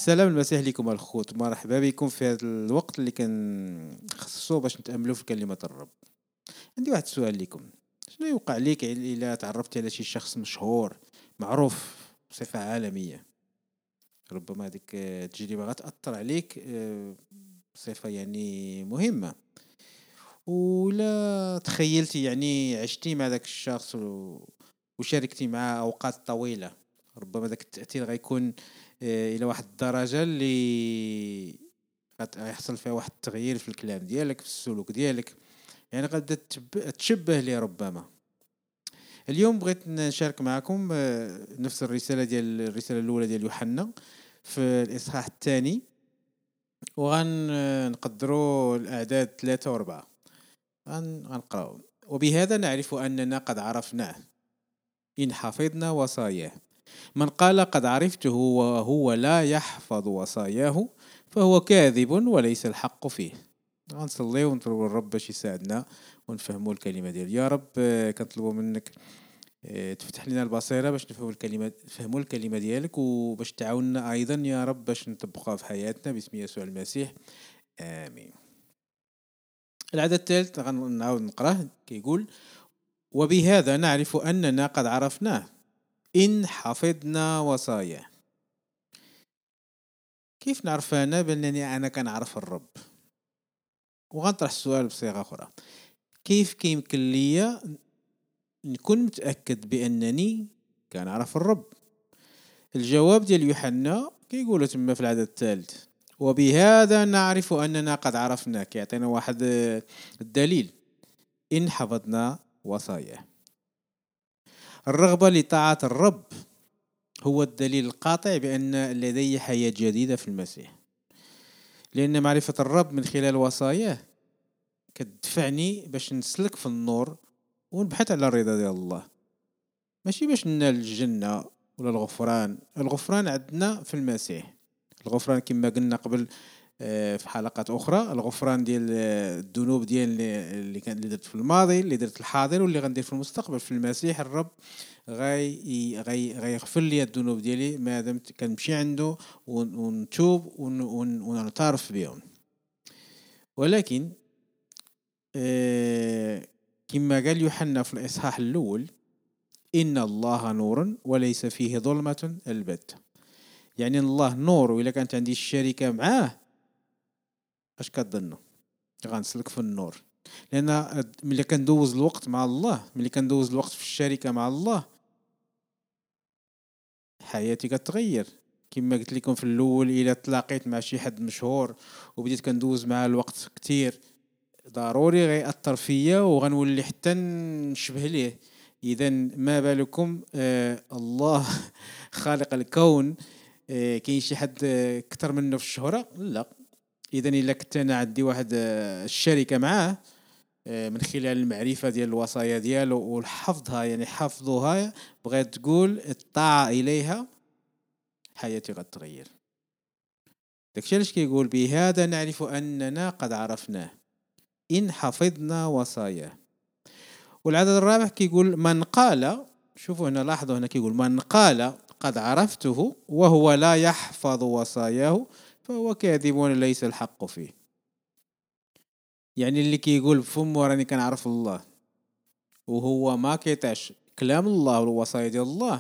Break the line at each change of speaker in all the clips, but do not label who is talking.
السلام المسيح لكم الخوت، مرحبا بكم في هذا الوقت اللي كنخصصوه باش نتأملوا في كلمة الرب. عندي واحد السؤال لكم. شنو يوقع ليك إلا تعرفت على شي شخص مشهور معروف بصفة عالمية؟ ربما هذيك التجربة غتأثر عليك بصفة يعني مهمة، ولا تخيلتي يعني عشتي مع ذاك الشخص وشاركتي معاه أوقات طويلة. ربما ذاك التأثير غيكون إلى واحد الدرجة اللي غيحصل فيها واحد التغيير في الكلام ديالك، في السلوك ديالك، يعني غتبدا تشبه ليه ربما. اليوم بغيت نشارك معكم نفس الرسالة الأولى ديال يوحنا في الإصحاح الثاني، وغنقدروا الأعداد 3 و4. غنقراو: وبهذا نعرف أننا قد عرفناه إن حفظنا وصاياه. من قال قد عرفته وهو لا يحفظ وصاياه فهو كاذب وليس الحق فيه. غنصليو ونطلبوا الرب باش يساعدنا ونفهموا الكلمة ديال يا رب. كنطلبوا منك تفتح لنا البصيرة باش نفهموا الكلمة ديالك، وباش تعاوننا أيضا يا رب باش نطبقها في حياتنا باسم يسوع المسيح، آمين. العدد الثالث غنعاود نقراه، كيقول: وبهذا نعرف أننا قد عرفناه إن حفظنا وصاياه. كيف نعرف أنا بأنني أنا كنعرف الرب؟ وغنطرح السؤال بصيغة أخرى: كيف كيمكن لي نكون متأكد بأنني كنعرف الرب؟ الجواب ديال يوحنا كيقول تما في العدد الثالث: وبهذا نعرف أننا قد عرفنا. كيعطينا واحد الدليل: إن حفظنا وصاياه. الرغبة لطاعة الرب هو الدليل القاطع بأن لدي حياة جديدة في المسيح، لأن معرفة الرب من خلال وصاياه كتدفعني باش نسلك في النور ونبحث على الرضا ديال الله، ماشي باش ننال الجنة ولا الغفران عندنا في المسيح. الغفران كما قلنا قبل في حلقات اخرى، الغفران ديال الذنوب ديال اللي درت في الماضي، اللي درت الحاضر، واللي غندير في المستقبل في المسيح. الرب غيغفر لي الذنوب ديالي ما دمت كنمشي عنده ونتوب ونعترف بهم. ولكن كما قال يوحنا في الإصحاح الأول: إن الله نور وليس فيه ظلمة البتة. يعني الله نور، وإلا كانت عندي الشركة معاه اش كظنوا؟ غنسلك في النور. لأن ملي كندوز الوقت مع الله، ملي كندوز الوقت في الشركة مع الله، حياتي كتغير. كما قلت لكم في الأول، إلا تلاقيت مع شي حد مشهور وبديت كندوز معاه الوقت كتير، ضروري غيأثر فيا وغنولي حتى نشبه ليه. اذا ما بالكم الله خالق الكون، كاين شي حد اكثر منه في الشهرة؟ لا. اذا الا كنت انا عندي واحد الشركة معاه من خلال المعرفة ديال الوصايا ديالو والحفظها، يعني حفظها، بغيت تقول الطاعة اليها، حياتي غتغير. داكشي علاش كيقول: بهذا نعرف اننا قد عرفناه إن حفظنا وصاياه. والعدد الرابع كيقول: من قال، شوفوا هنا، لاحظوا هنا كيقول: من قال قد عرفته وهو لا يحفظ وصاياه فهو كاذب ليس الحق فيه. يعني اللي كيقول بفمه راني كنعرف الله وهو ما كيطيعش كلام الله والوصايا ديال الله،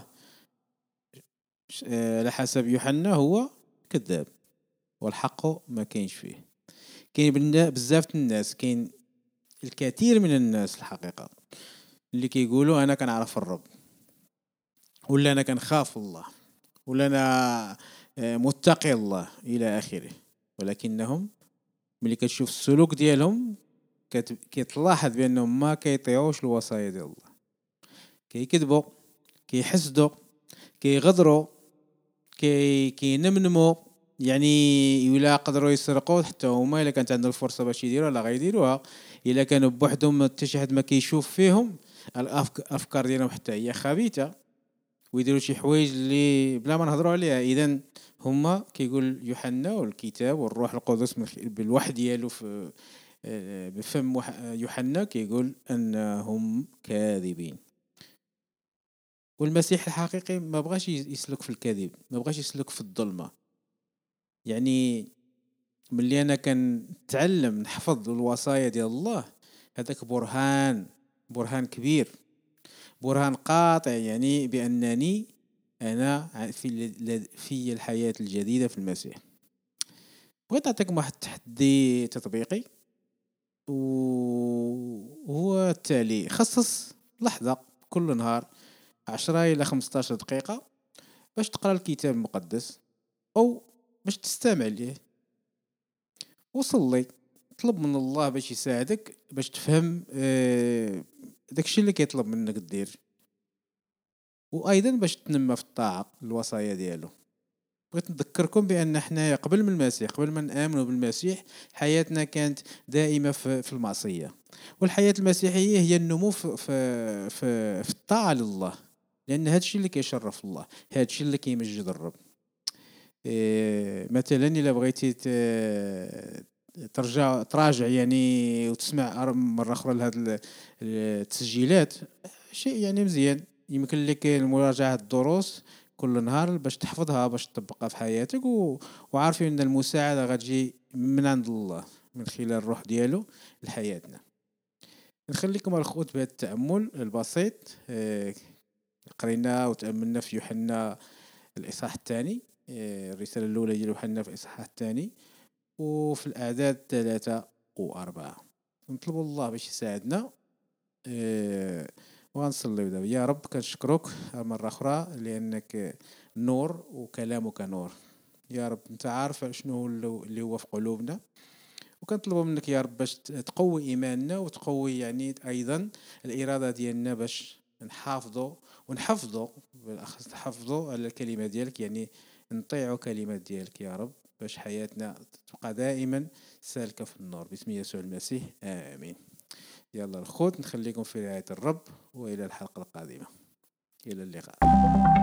على حسب يوحنا هو كذاب والحق ما كاينش فيه. كاين بزاف الناس، كاين الكثير من الناس الحقيقة اللي كيقولوا انا كنعرف الرب، ولا انا كنخاف الله، ولا انا متقي الله الى اخره، ولكنهم ملي كتشوف السلوك ديالهم كتلاحظ بانهم ما كيطيعوش الوصايا ديال الله. كيكذبوا، كيحسدوا، كيغدروا، كينمنموا. يعني ولا قدروا يسرقوا حتى هما الا كانت عندهم الفرصه باش يديروها لا غيديروها. الا كانوا بوحدهم حتى شي حد ما كيشوف فيهم، الافكار ديالهم حتى هي خبيثه، ويديروا شي حوايج اللي بلا ما نهضروا عليها. اذا هما كيقول يوحنا والكتاب والروح القدس بالوحي ديالو في بفم يوحنا كيقول انهم كاذبين. والمسيح الحقيقي ما بغاش يسلك في الكذب، ما بغاش يسلك في الظلمه. يعني ملي انا كنتعلم نحفظ الوصايا ديال الله، هذاك برهان كبير، برهان قاطع يعني بانني انا في الحياة الجديدة في المسيح. بغيت نعطيكم واحد التحدي تطبيقي، وهو التالي: خصص لحظة كل نهار 10 إلى 15 دقيقة باش تقرأ الكتاب المقدس أو باش تستمع ليه، وصلي. طلب من الله باش يساعدك باش تفهم داكشي اللي كيطلب منك دير، وايضا باش تنمى في الطاعة الوصايا ديالو. بغيت نذكركم بان حنايا قبل من المسيح، قبل ما نامنوا بالمسيح، حياتنا كانت دائمه في المعصيه. والحياه المسيحيه هي النمو في الطاعه لله، لان هذا الشيء اللي كيشرف الله، هذا الشيء اللي كيمجد الرب. مثلا الا بغيتي تراجع يعني وتسمع مره اخرى لهذه التسجيلات، شيء يعني مزيان. يمكن لك مراجعه الدروس كل نهار باش تحفظها، باش تطبقها في حياتك، وعارفين ان المساعده غتجي من عند الله من خلال الروح ديالو لحياتنا. نخليكم الخوت بهذا التامل البسيط. قرينا وتاملنا في يوحنا الاصحاح الثاني، الرساله الاولى ديال يوحنا في الاصحاح الثاني، وفي الاعداد 3 و4. نطلب الله باش يساعدنا. وغنصليو دابا. يا رب كنشكرك مرة أخرى لأنك نور وكلامك نور. يا رب أنت عارف شنو هو اللي هو في قلوبنا، وكنطلبوا منك يا رب باش تقوي إيماننا وتقوي يعني أيضا الإرادة ديالنا باش ونحفظوا بالأخص نحفظوا على الكلمة ديالك، يعني نطيعوا كلمات ديالك يا رب، باش حياتنا تبقى دائما سالكة في النور. باسم يسوع المسيح آمين. يلا الخوت نخليكم في رعاية الرب، وإلى الحلقة القادمة. إلى اللقاء.